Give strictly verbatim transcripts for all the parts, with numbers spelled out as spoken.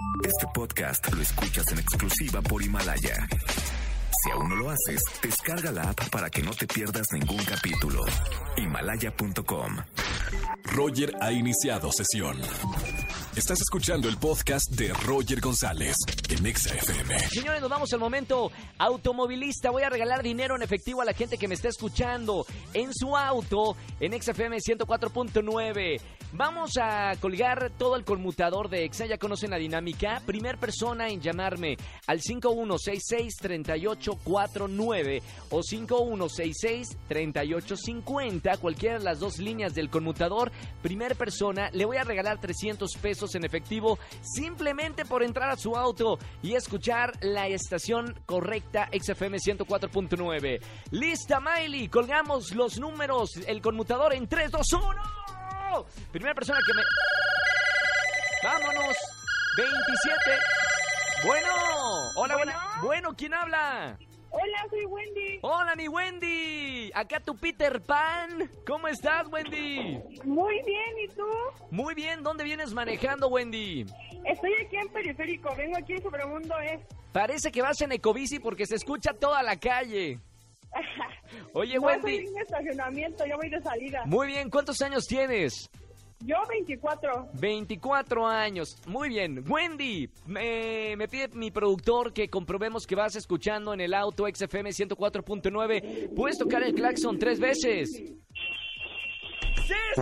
Este podcast lo escuchas en exclusiva por Himalaya. Si aún no lo haces, descarga la app para que no te pierdas ningún capítulo. Himalaya punto com. Roger ha iniciado sesión. Estás escuchando el podcast de Roger González en Exa F M. Señores, nos vamos al momento automovilista. Voy a regalar dinero en efectivo a la gente que me está escuchando en su auto en Exa F M ciento cuatro punto nueve. Vamos a colgar todo el conmutador de Exa. Ya conocen la dinámica. Primer persona en llamarme al cinco uno seis seis, tres ocho cuatro nueve o cinco uno seis seis, tres ocho cinco cero. Cualquiera de las dos líneas del conmutador. Primer persona, le voy a regalar trescientos pesos en efectivo simplemente por entrar a su auto y escuchar la estación correcta Exa F M ciento cuatro punto nueve. Lista, Miley, colgamos los números, el conmutador en tres, dos, uno. Primera persona que me... Vámonos. veintisiete. Bueno. Hola, Bueno. buena. Bueno, ¿quién habla? Hola, soy Wendy. Hola, mi Wendy. Acá tu Peter Pan. ¿Cómo estás, Wendy? Muy bien, ¿y tú? Muy bien. ¿Dónde vienes manejando, Wendy? Estoy aquí en Periférico, vengo aquí en Sobremundo es. Parece que vas en ecobici porque se escucha toda la calle. Oye, No, Wendy. estoy en estacionamiento, yo voy de salida. Muy bien. ¿Cuántos años tienes? Yo veinticuatro. veinticuatro años. Muy bien. Wendy, me, me pide mi productor que comprobemos que vas escuchando en el auto Exa F M ciento cuatro punto nueve. ¿Puedes tocar el claxon tres veces? ¡Sí, sí!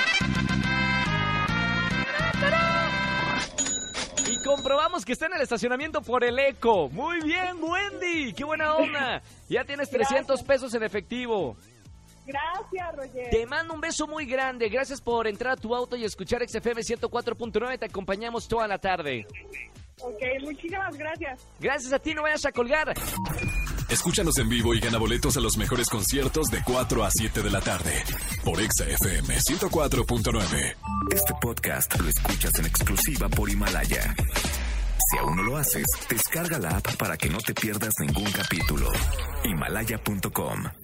Y comprobamos que está en el estacionamiento por el eco. Muy bien, Wendy. ¡Qué buena onda! Ya tienes trescientos pesos en efectivo. Gracias, Roger. Te mando un beso muy grande. Gracias por entrar a tu auto y escuchar Exa F M ciento cuatro punto nueve. Te acompañamos toda la tarde. Ok, muchísimas gracias. Gracias a ti, no vayas a colgar. Escúchanos en vivo y gana boletos a los mejores conciertos de cuatro a siete de la tarde por Exa F M ciento cuatro punto nueve. Este podcast lo escuchas en exclusiva por Himalaya. Si aún no lo haces, descarga la app para que no te pierdas ningún capítulo. Himalaya punto com.